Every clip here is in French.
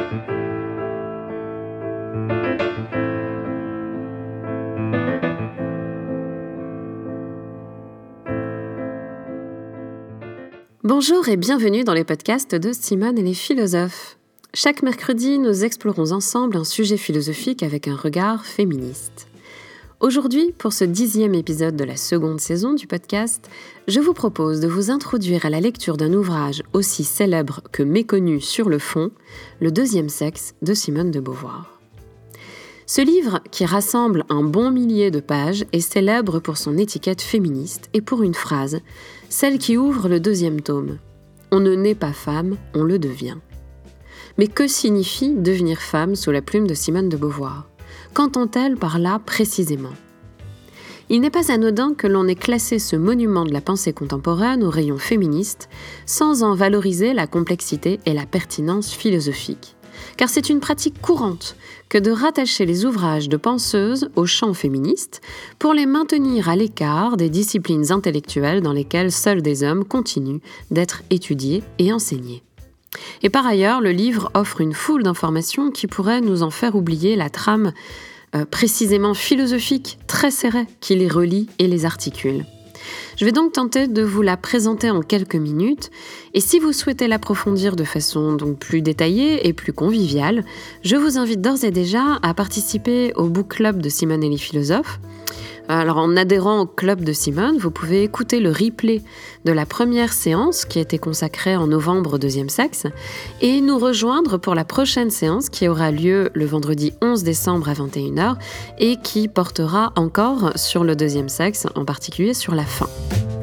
Bonjour et bienvenue dans les podcasts de Simone et les philosophes. Chaque mercredi, nous explorons ensemble un sujet philosophique avec un regard féministe. Aujourd'hui, pour ce 10e épisode de la seconde saison du podcast, je vous propose de vous introduire à la lecture d'un ouvrage aussi célèbre que méconnu sur le fond, Le deuxième sexe de Simone de Beauvoir. Ce livre, qui rassemble un bon millier de pages, est célèbre pour son étiquette féministe et pour une phrase, celle qui ouvre le deuxième tome. « On ne naît pas femme, on le devient ». Mais que signifie devenir femme sous la plume de Simone de Beauvoir ? Qu'entend-elle par là précisément ? Il n'est pas anodin que l'on ait classé ce monument de la pensée contemporaine au rayon féministe, sans en valoriser la complexité et la pertinence philosophique. Car c'est une pratique courante que de rattacher les ouvrages de penseuses au champ féministe pour les maintenir à l'écart des disciplines intellectuelles dans lesquelles seuls des hommes continuent d'être étudiés et enseignés. Et par ailleurs, le livre offre une foule d'informations qui pourraient nous en faire oublier la trame précisément philosophique, très serrée, qui les relie et les articule. Je vais donc tenter de vous la présenter en quelques minutes, et si vous souhaitez l'approfondir de façon donc plus détaillée et plus conviviale, je vous invite d'ores et déjà à participer au book club de Simone et les philosophes. Alors en adhérant au club de Simone, vous pouvez écouter le replay de la première séance qui a été consacrée en novembre au deuxième sexe et nous rejoindre pour la prochaine séance qui aura lieu le vendredi 11 décembre à 21h et qui portera encore sur le deuxième sexe, en particulier sur la fin.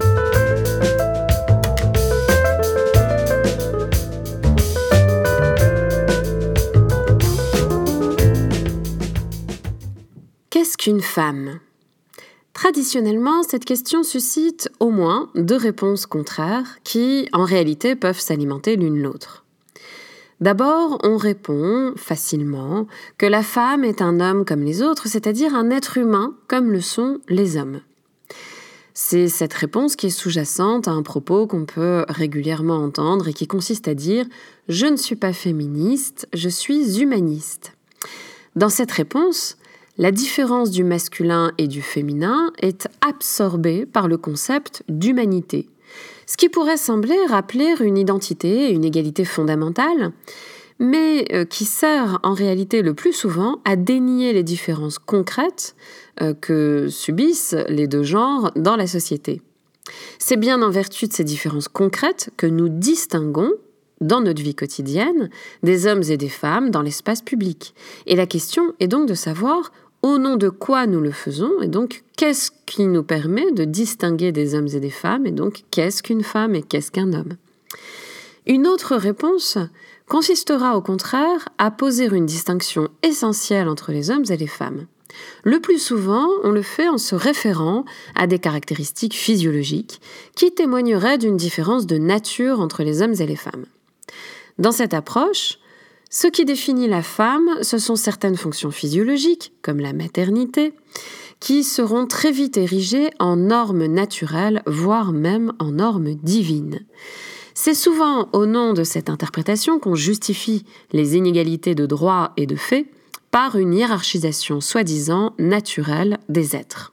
Qu'est-ce qu'une femme ? Traditionnellement, cette question suscite au moins deux réponses contraires qui, en réalité, peuvent s'alimenter l'une l'autre. D'abord, on répond facilement que la femme est un homme comme les autres, c'est-à-dire un être humain comme le sont les hommes. C'est cette réponse qui est sous-jacente à un propos qu'on peut régulièrement entendre et qui consiste à dire « je ne suis pas féministe, je suis humaniste ». Dans cette réponse, la différence du masculin et du féminin est absorbée par le concept d'humanité, ce qui pourrait sembler rappeler une identité et une égalité fondamentale, mais qui sert en réalité le plus souvent à dénier les différences concrètes que subissent les deux genres dans la société. C'est bien en vertu de ces différences concrètes que nous distinguons dans notre vie quotidienne des hommes et des femmes dans l'espace public. Et la question est donc de savoir au nom de quoi nous le faisons, et donc qu'est-ce qui nous permet de distinguer des hommes et des femmes, et donc qu'est-ce qu'une femme et qu'est-ce qu'un homme. Une autre réponse consistera au contraire à poser une distinction essentielle entre les hommes et les femmes. Le plus souvent, on le fait en se référant à des caractéristiques physiologiques qui témoigneraient d'une différence de nature entre les hommes et les femmes. Dans cette approche, ce qui définit la femme, ce sont certaines fonctions physiologiques, comme la maternité, qui seront très vite érigées en normes naturelles, voire même en normes divines. C'est souvent au nom de cette interprétation qu'on justifie les inégalités de droit et de fait par une hiérarchisation soi-disant naturelle des êtres.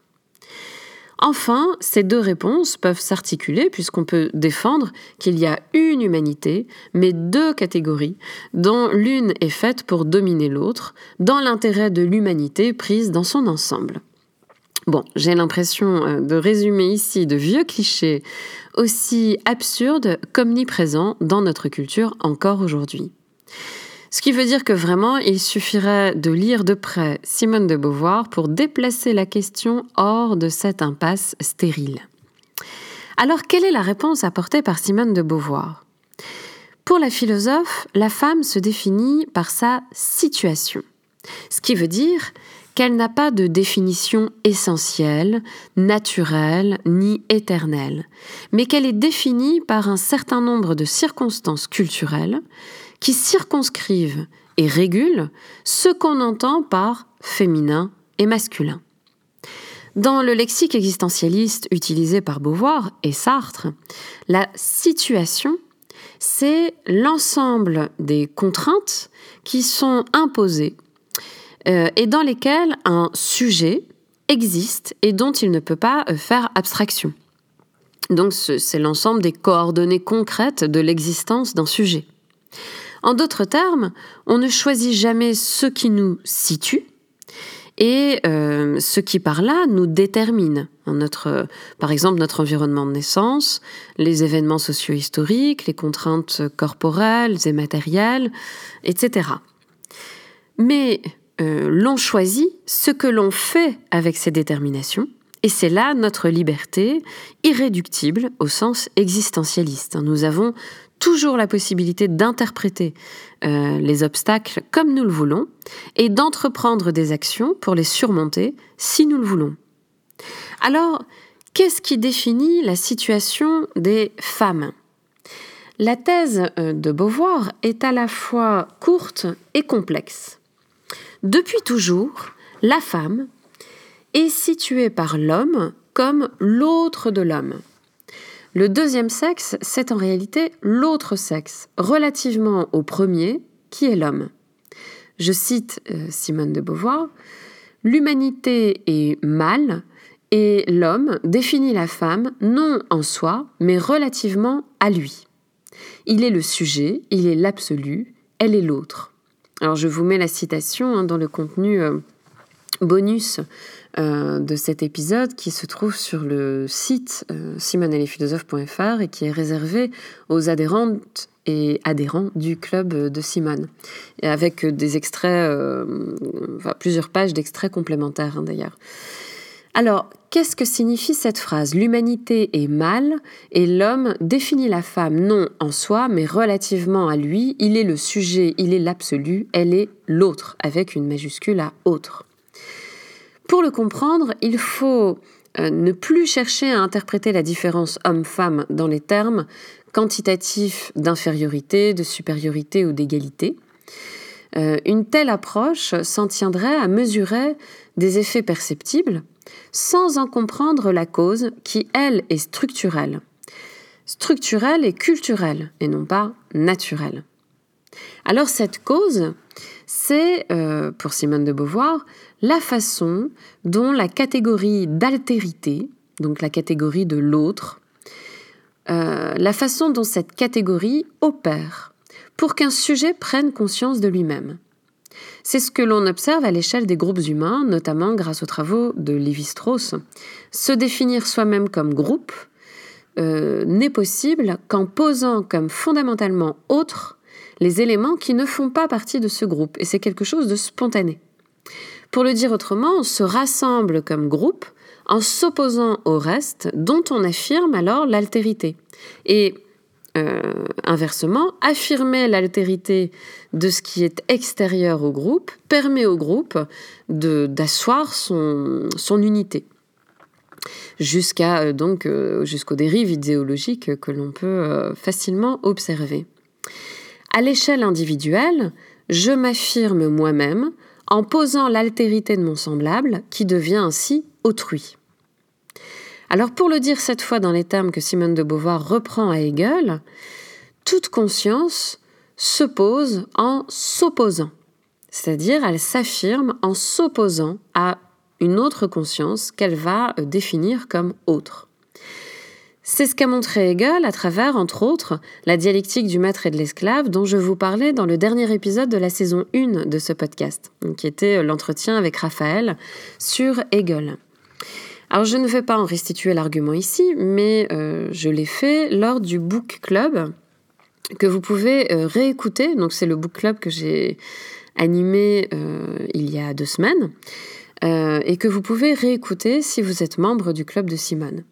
Enfin, ces deux réponses peuvent s'articuler puisqu'on peut défendre qu'il y a une humanité, mais deux catégories, dont l'une est faite pour dominer l'autre, dans l'intérêt de l'humanité prise dans son ensemble. Bon, j'ai l'impression de résumer ici de vieux clichés aussi absurdes qu'omniprésents dans notre culture encore aujourd'hui. Ce qui veut dire que vraiment, il suffirait de lire de près Simone de Beauvoir pour déplacer la question hors de cette impasse stérile. Alors, quelle est la réponse apportée par Simone de Beauvoir ? Pour la philosophe, la femme se définit par sa situation, ce qui veut dire qu'elle n'a pas de définition essentielle, naturelle ni éternelle, mais qu'elle est définie par un certain nombre de circonstances culturelles qui circonscrivent et régulent ce qu'on entend par féminin et masculin. Dans le lexique existentialiste utilisé par Beauvoir et Sartre, la situation c'est l'ensemble des contraintes qui sont imposées et dans lesquelles un sujet existe et dont il ne peut pas faire abstraction. Donc c'est l'ensemble des coordonnées concrètes de l'existence d'un sujet. En d'autres termes, on ne choisit jamais ce qui nous situe et ce qui par là nous détermine. Par exemple, notre environnement de naissance, les événements socio-historiques, les contraintes corporelles et matérielles, etc. Mais l'on choisit ce que l'on fait avec ces déterminations, et c'est là notre liberté irréductible au sens existentialiste. Nous avons toujours la possibilité d'interpréter les obstacles comme nous le voulons et d'entreprendre des actions pour les surmonter si nous le voulons. Alors, qu'est-ce qui définit la situation des femmes ? La thèse de Beauvoir est à la fois courte et complexe. Depuis toujours, la femme est située par l'homme comme l'autre de l'homme. Le deuxième sexe, c'est en réalité l'autre sexe, relativement au premier, qui est l'homme. Je cite Simone de Beauvoir, « L'humanité est mâle et l'homme définit la femme non en soi, mais relativement à lui. Il est le sujet, il est l'absolu, elle est l'autre. » Alors je vous mets la citation dans le contenu bonus de cet épisode qui se trouve sur le site simoneetlesphilosophes.fr et qui est réservé aux adhérentes et adhérents du club de Simone, et avec des extraits, plusieurs pages d'extraits complémentaires d'ailleurs. Alors, qu'est-ce que signifie cette phrase ? L'humanité est mâle et l'homme définit la femme non en soi, mais relativement à lui. Il est le sujet, il est l'absolu, elle est l'autre, avec une majuscule à autre. Pour le comprendre, il faut ne plus chercher à interpréter la différence homme-femme dans les termes quantitatifs d'infériorité, de supériorité ou d'égalité. Une telle approche s'en tiendrait à mesurer des effets perceptibles sans en comprendre la cause qui, elle, est structurelle. Structurelle et culturelle, et non pas naturelle. Alors cette cause, c'est, pour Simone de Beauvoir, la façon dont la catégorie d'altérité, donc la catégorie de l'autre, la façon dont cette catégorie opère pour qu'un sujet prenne conscience de lui-même. C'est ce que l'on observe à l'échelle des groupes humains, notamment grâce aux travaux de Lévi-Strauss. Se définir soi-même comme groupe n'est possible qu'en posant comme fondamentalement autres les éléments qui ne font pas partie de ce groupe, et c'est quelque chose de spontané. Pour le dire autrement, on se rassemble comme groupe en s'opposant au reste, dont on affirme alors l'altérité. Et inversement, affirmer l'altérité de ce qui est extérieur au groupe permet au groupe d'asseoir son unité, jusqu'aux dérives idéologiques que l'on peut facilement observer. À l'échelle individuelle, je m'affirme moi-même en posant l'altérité de mon semblable, qui devient ainsi autrui. Alors pour le dire cette fois dans les termes que Simone de Beauvoir reprend à Hegel, toute conscience se pose en s'opposant, c'est-à-dire elle s'affirme en s'opposant à une autre conscience qu'elle va définir comme autre. C'est ce qu'a montré Hegel à travers, entre autres, la dialectique du maître et de l'esclave dont je vous parlais dans le dernier épisode de la saison 1 de ce podcast, qui était l'entretien avec Raphaël sur Hegel. Alors je ne vais pas en restituer l'argument ici, mais je l'ai fait lors du book club que vous pouvez réécouter. Donc c'est le book club que j'ai animé il y a 2 semaines et que vous pouvez réécouter si vous êtes membre du club de Simone.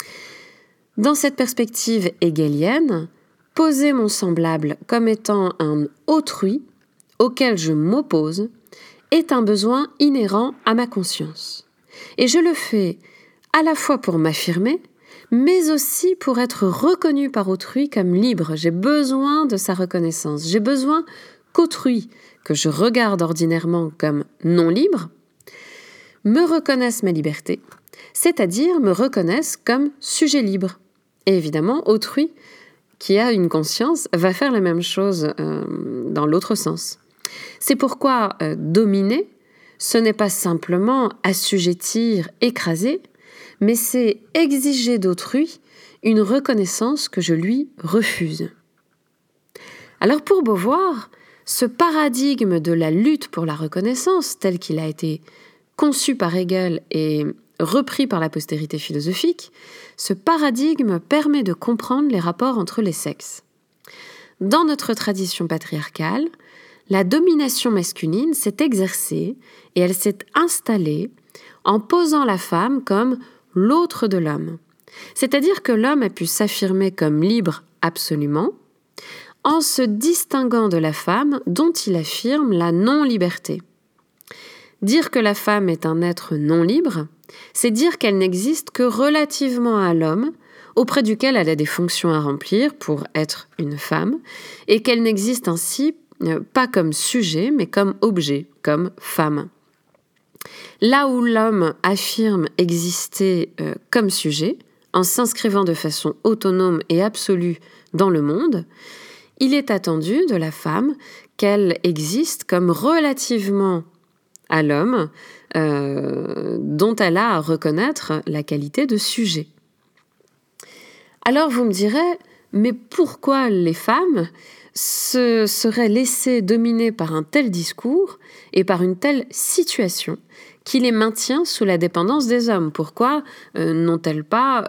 Dans cette perspective hegelienne, poser mon semblable comme étant un autrui auquel je m'oppose est un besoin inhérent à ma conscience. Et je le fais à la fois pour m'affirmer, mais aussi pour être reconnu par autrui comme libre. J'ai besoin de sa reconnaissance. J'ai besoin qu'autrui, que je regarde ordinairement comme non libre, me reconnaisse ma liberté, c'est-à-dire me reconnaisse comme sujet libre. Et évidemment, autrui qui a une conscience va faire la même chose dans l'autre sens. C'est pourquoi dominer, ce n'est pas simplement assujettir, écraser, mais c'est exiger d'autrui une reconnaissance que je lui refuse. Alors pour Beauvoir, ce paradigme de la lutte pour la reconnaissance, tel qu'il a été conçu par Hegel et repris par la postérité philosophique, ce paradigme permet de comprendre les rapports entre les sexes. Dans notre tradition patriarcale, la domination masculine s'est exercée et elle s'est installée en posant la femme comme l'autre de l'homme. C'est-à-dire que l'homme a pu s'affirmer comme libre absolument, en se distinguant de la femme dont il affirme la non-liberté. Dire que la femme est un être non libre, c'est dire qu'elle n'existe que relativement à l'homme, auprès duquel elle a des fonctions à remplir pour être une femme, et qu'elle n'existe ainsi pas comme sujet, mais comme objet, comme femme. Là où l'homme affirme exister comme sujet, en s'inscrivant de façon autonome et absolue dans le monde, il est attendu de la femme qu'elle existe comme relativement à l'homme, dont elle a à reconnaître la qualité de sujet. Alors vous me direz, mais pourquoi les femmes se seraient laissées dominer par un tel discours et par une telle situation qui les maintient sous la dépendance des hommes? Pourquoi n'ont-elles pas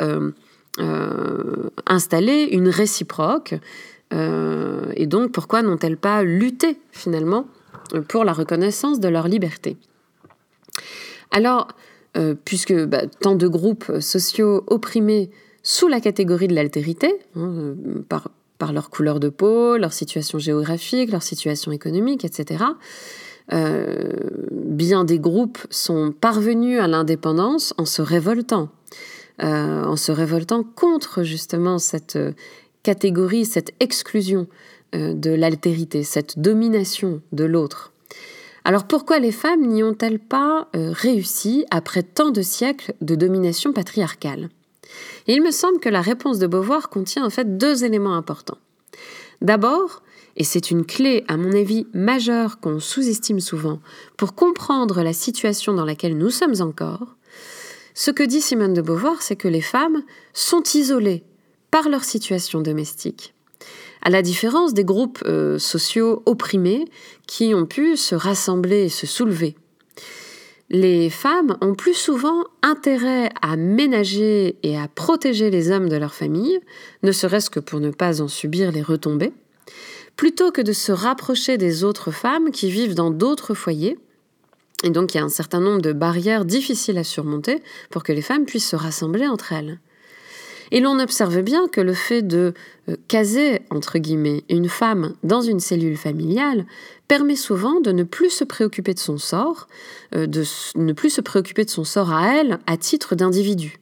installé une réciproque et donc pourquoi n'ont-elles pas lutté finalement pour la reconnaissance de leur liberté? Alors, puisque tant de groupes sociaux opprimés sous la catégorie de l'altérité, par leur couleur de peau, leur situation géographique, leur situation économique, etc., bien des groupes sont parvenus à l'indépendance en se révoltant contre justement cette catégorie, cette exclusion de l'altérité, cette domination de l'autre. Alors pourquoi les femmes n'y ont-elles pas réussi après tant de siècles de domination patriarcale? Et il me semble que la réponse de Beauvoir contient en fait deux éléments importants. D'abord, et c'est une clé à mon avis majeure qu'on sous-estime souvent pour comprendre la situation dans laquelle nous sommes encore, ce que dit Simone de Beauvoir, c'est que les femmes sont isolées par leur situation domestique, à la différence des groupes sociaux opprimés qui ont pu se rassembler et se soulever. Les femmes ont plus souvent intérêt à ménager et à protéger les hommes de leur famille, ne serait-ce que pour ne pas en subir les retombées, plutôt que de se rapprocher des autres femmes qui vivent dans d'autres foyers. Et donc il y a un certain nombre de barrières difficiles à surmonter pour que les femmes puissent se rassembler entre elles. Et l'on observe bien que le fait de caser, entre guillemets, une femme dans une cellule familiale permet souvent de ne plus se préoccuper de son sort, à elle, à titre d'individu.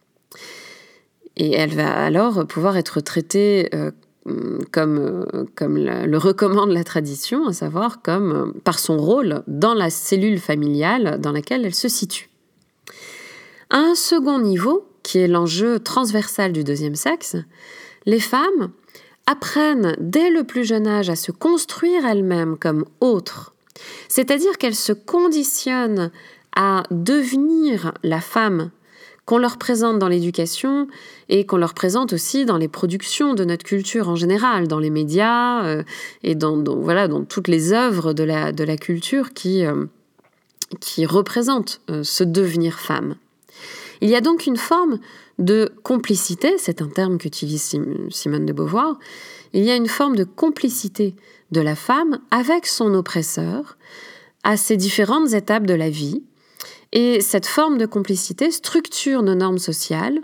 Et elle va alors pouvoir être traitée comme le recommande la tradition, à savoir comme par son rôle dans la cellule familiale dans laquelle elle se situe. À un second niveau, qui est l'enjeu transversal du deuxième sexe, les femmes apprennent dès le plus jeune âge à se construire elles-mêmes comme autres, c'est-à-dire qu'elles se conditionnent à devenir la femme qu'on leur présente dans l'éducation et qu'on leur présente aussi dans les productions de notre culture en général, dans les médias et dans toutes les œuvres de la culture qui représentent ce devenir femme. Il y a donc une forme de complicité, c'est un terme qu'utilise Simone de Beauvoir, il y a une forme de complicité de la femme avec son oppresseur à ces différentes étapes de la vie. Et cette forme de complicité structure nos normes sociales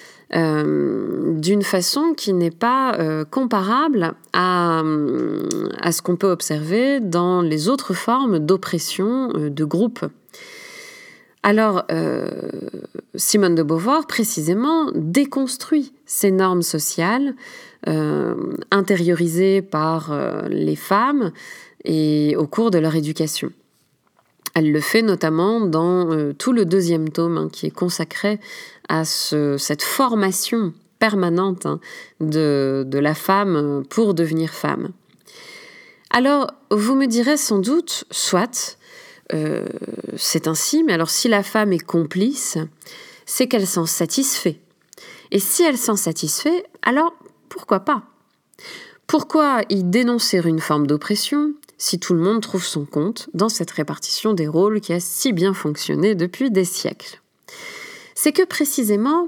d'une façon qui n'est pas comparable à ce qu'on peut observer dans les autres formes d'oppression de groupe. Alors, Simone de Beauvoir, précisément, déconstruit ces normes sociales intériorisées par les femmes et au cours de leur éducation. Elle le fait notamment dans tout le deuxième tome qui est consacré à cette formation permanente de la femme pour devenir femme. Alors, vous me direz sans doute, soit, c'est ainsi, mais alors si la femme est complice, c'est qu'elle s'en satisfait. Et si elle s'en satisfait, alors pourquoi pas ? Pourquoi y dénoncer une forme d'oppression si tout le monde trouve son compte dans cette répartition des rôles qui a si bien fonctionné depuis des siècles ? C'est que précisément,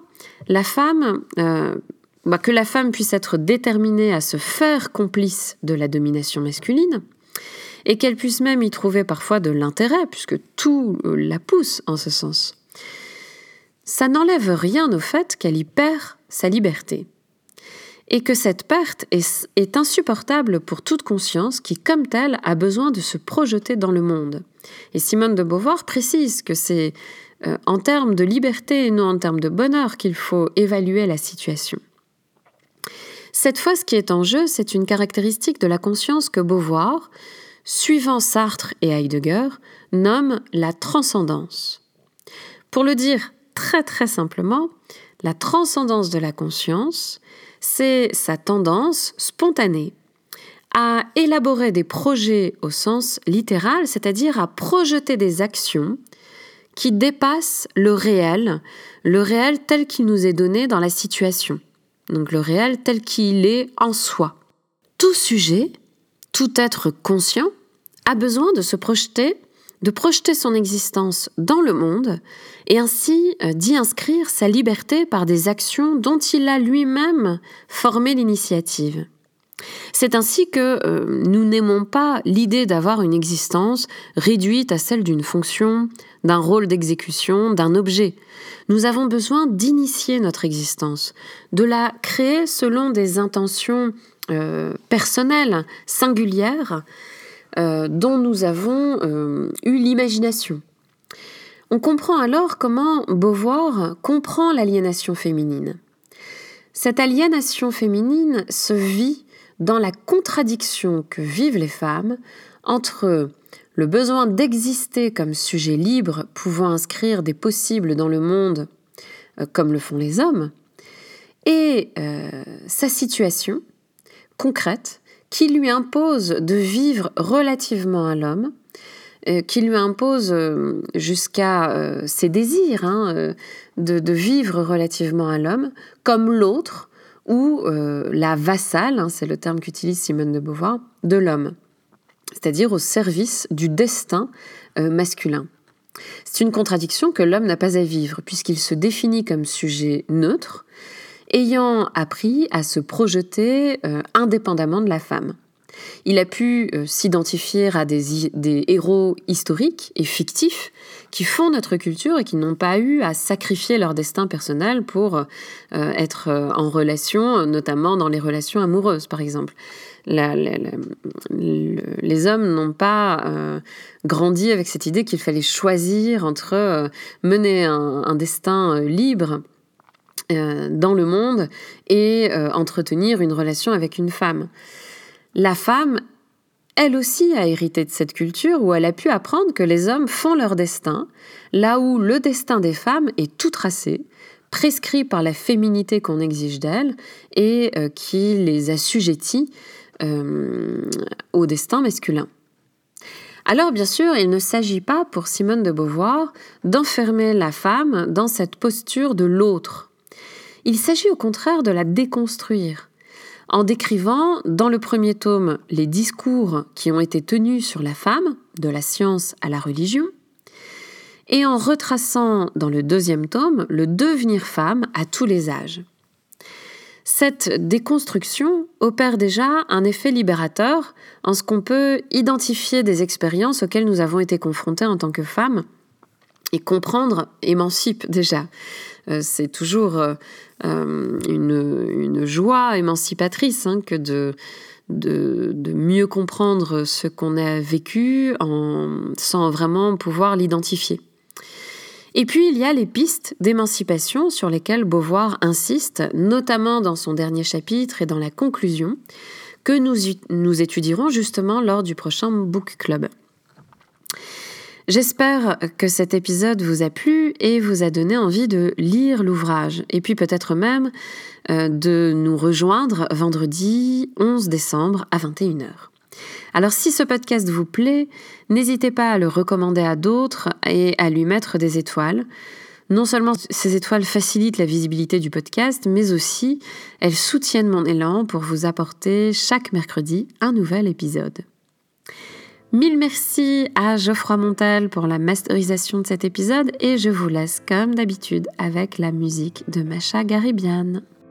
que la femme puisse être déterminée à se faire complice de la domination masculine, et qu'elle puisse même y trouver parfois de l'intérêt, puisque tout la pousse en ce sens. Ça n'enlève rien au fait qu'elle y perd sa liberté, et que cette perte est insupportable pour toute conscience qui, comme telle, a besoin de se projeter dans le monde. Et Simone de Beauvoir précise que c'est en termes de liberté et non en termes de bonheur qu'il faut évaluer la situation. Cette fois, ce qui est en jeu, c'est une caractéristique de la conscience que Beauvoir, suivant Sartre et Heidegger, nomme la transcendance. Pour le dire très très simplement, la transcendance de la conscience, c'est sa tendance spontanée à élaborer des projets au sens littéral, c'est-à-dire à projeter des actions qui dépassent le réel tel qu'il nous est donné dans la situation, donc le réel tel qu'il est en soi. Tout sujet, tout être conscient, a besoin de se projeter, de projeter son existence dans le monde et ainsi d'y inscrire sa liberté par des actions dont il a lui-même formé l'initiative. C'est ainsi que nous n'aimons pas l'idée d'avoir une existence réduite à celle d'une fonction, d'un rôle d'exécution, d'un objet. Nous avons besoin d'initier notre existence, de la créer selon des intentions personnelles, singulières, dont nous avons eu l'imagination. On comprend alors comment Beauvoir comprend l'aliénation féminine. Cette aliénation féminine se vit dans la contradiction que vivent les femmes entre le besoin d'exister comme sujet libre pouvant inscrire des possibles dans le monde comme le font les hommes, et sa situation concrète qui lui impose de vivre relativement à l'homme, qui lui impose jusqu'à ses désirs de vivre relativement à l'homme, comme l'autre ou la vassale, c'est le terme qu'utilise Simone de Beauvoir, de l'homme, c'est-à-dire au service du destin masculin. C'est une contradiction que l'homme n'a pas à vivre, puisqu'il se définit comme sujet neutre, ayant appris à se projeter indépendamment de la femme. Il a pu s'identifier à des héros historiques et fictifs qui font notre culture et qui n'ont pas eu à sacrifier leur destin personnel pour être en relation, notamment dans les relations amoureuses, par exemple. Les hommes n'ont pas grandi avec cette idée qu'il fallait choisir entre mener un destin libre dans le monde et entretenir une relation avec une femme. La femme, elle aussi, a hérité de cette culture où elle a pu apprendre que les hommes font leur destin, là où le destin des femmes est tout tracé, prescrit par la féminité qu'on exige d'elles et qui les assujettit au destin masculin. Alors, bien sûr, il ne s'agit pas, pour Simone de Beauvoir, d'enfermer la femme dans cette posture de l'autre. Il s'agit au contraire de la déconstruire, en décrivant dans le premier tome les discours qui ont été tenus sur la femme, de la science à la religion, et en retraçant dans le deuxième tome le devenir femme à tous les âges. Cette déconstruction opère déjà un effet libérateur en ce qu'on peut identifier des expériences auxquelles nous avons été confrontés en tant que femmes, et comprendre émancipe déjà. C'est toujours une joie émancipatrice que de mieux comprendre ce qu'on a vécu sans vraiment pouvoir l'identifier. Et puis, il y a les pistes d'émancipation sur lesquelles Beauvoir insiste, notamment dans son dernier chapitre et dans la conclusion, que nous étudierons justement lors du prochain Book Club. J'espère que cet épisode vous a plu et vous a donné envie de lire l'ouvrage et puis peut-être même de nous rejoindre vendredi 11 décembre à 21h. Alors si ce podcast vous plaît, n'hésitez pas à le recommander à d'autres et à lui mettre des étoiles. Non seulement ces étoiles facilitent la visibilité du podcast, mais aussi elles soutiennent mon élan pour vous apporter chaque mercredi un nouvel épisode. Mille merci à Geoffroy Montel pour la masterisation de cet épisode et je vous laisse comme d'habitude avec la musique de Masha Garibian.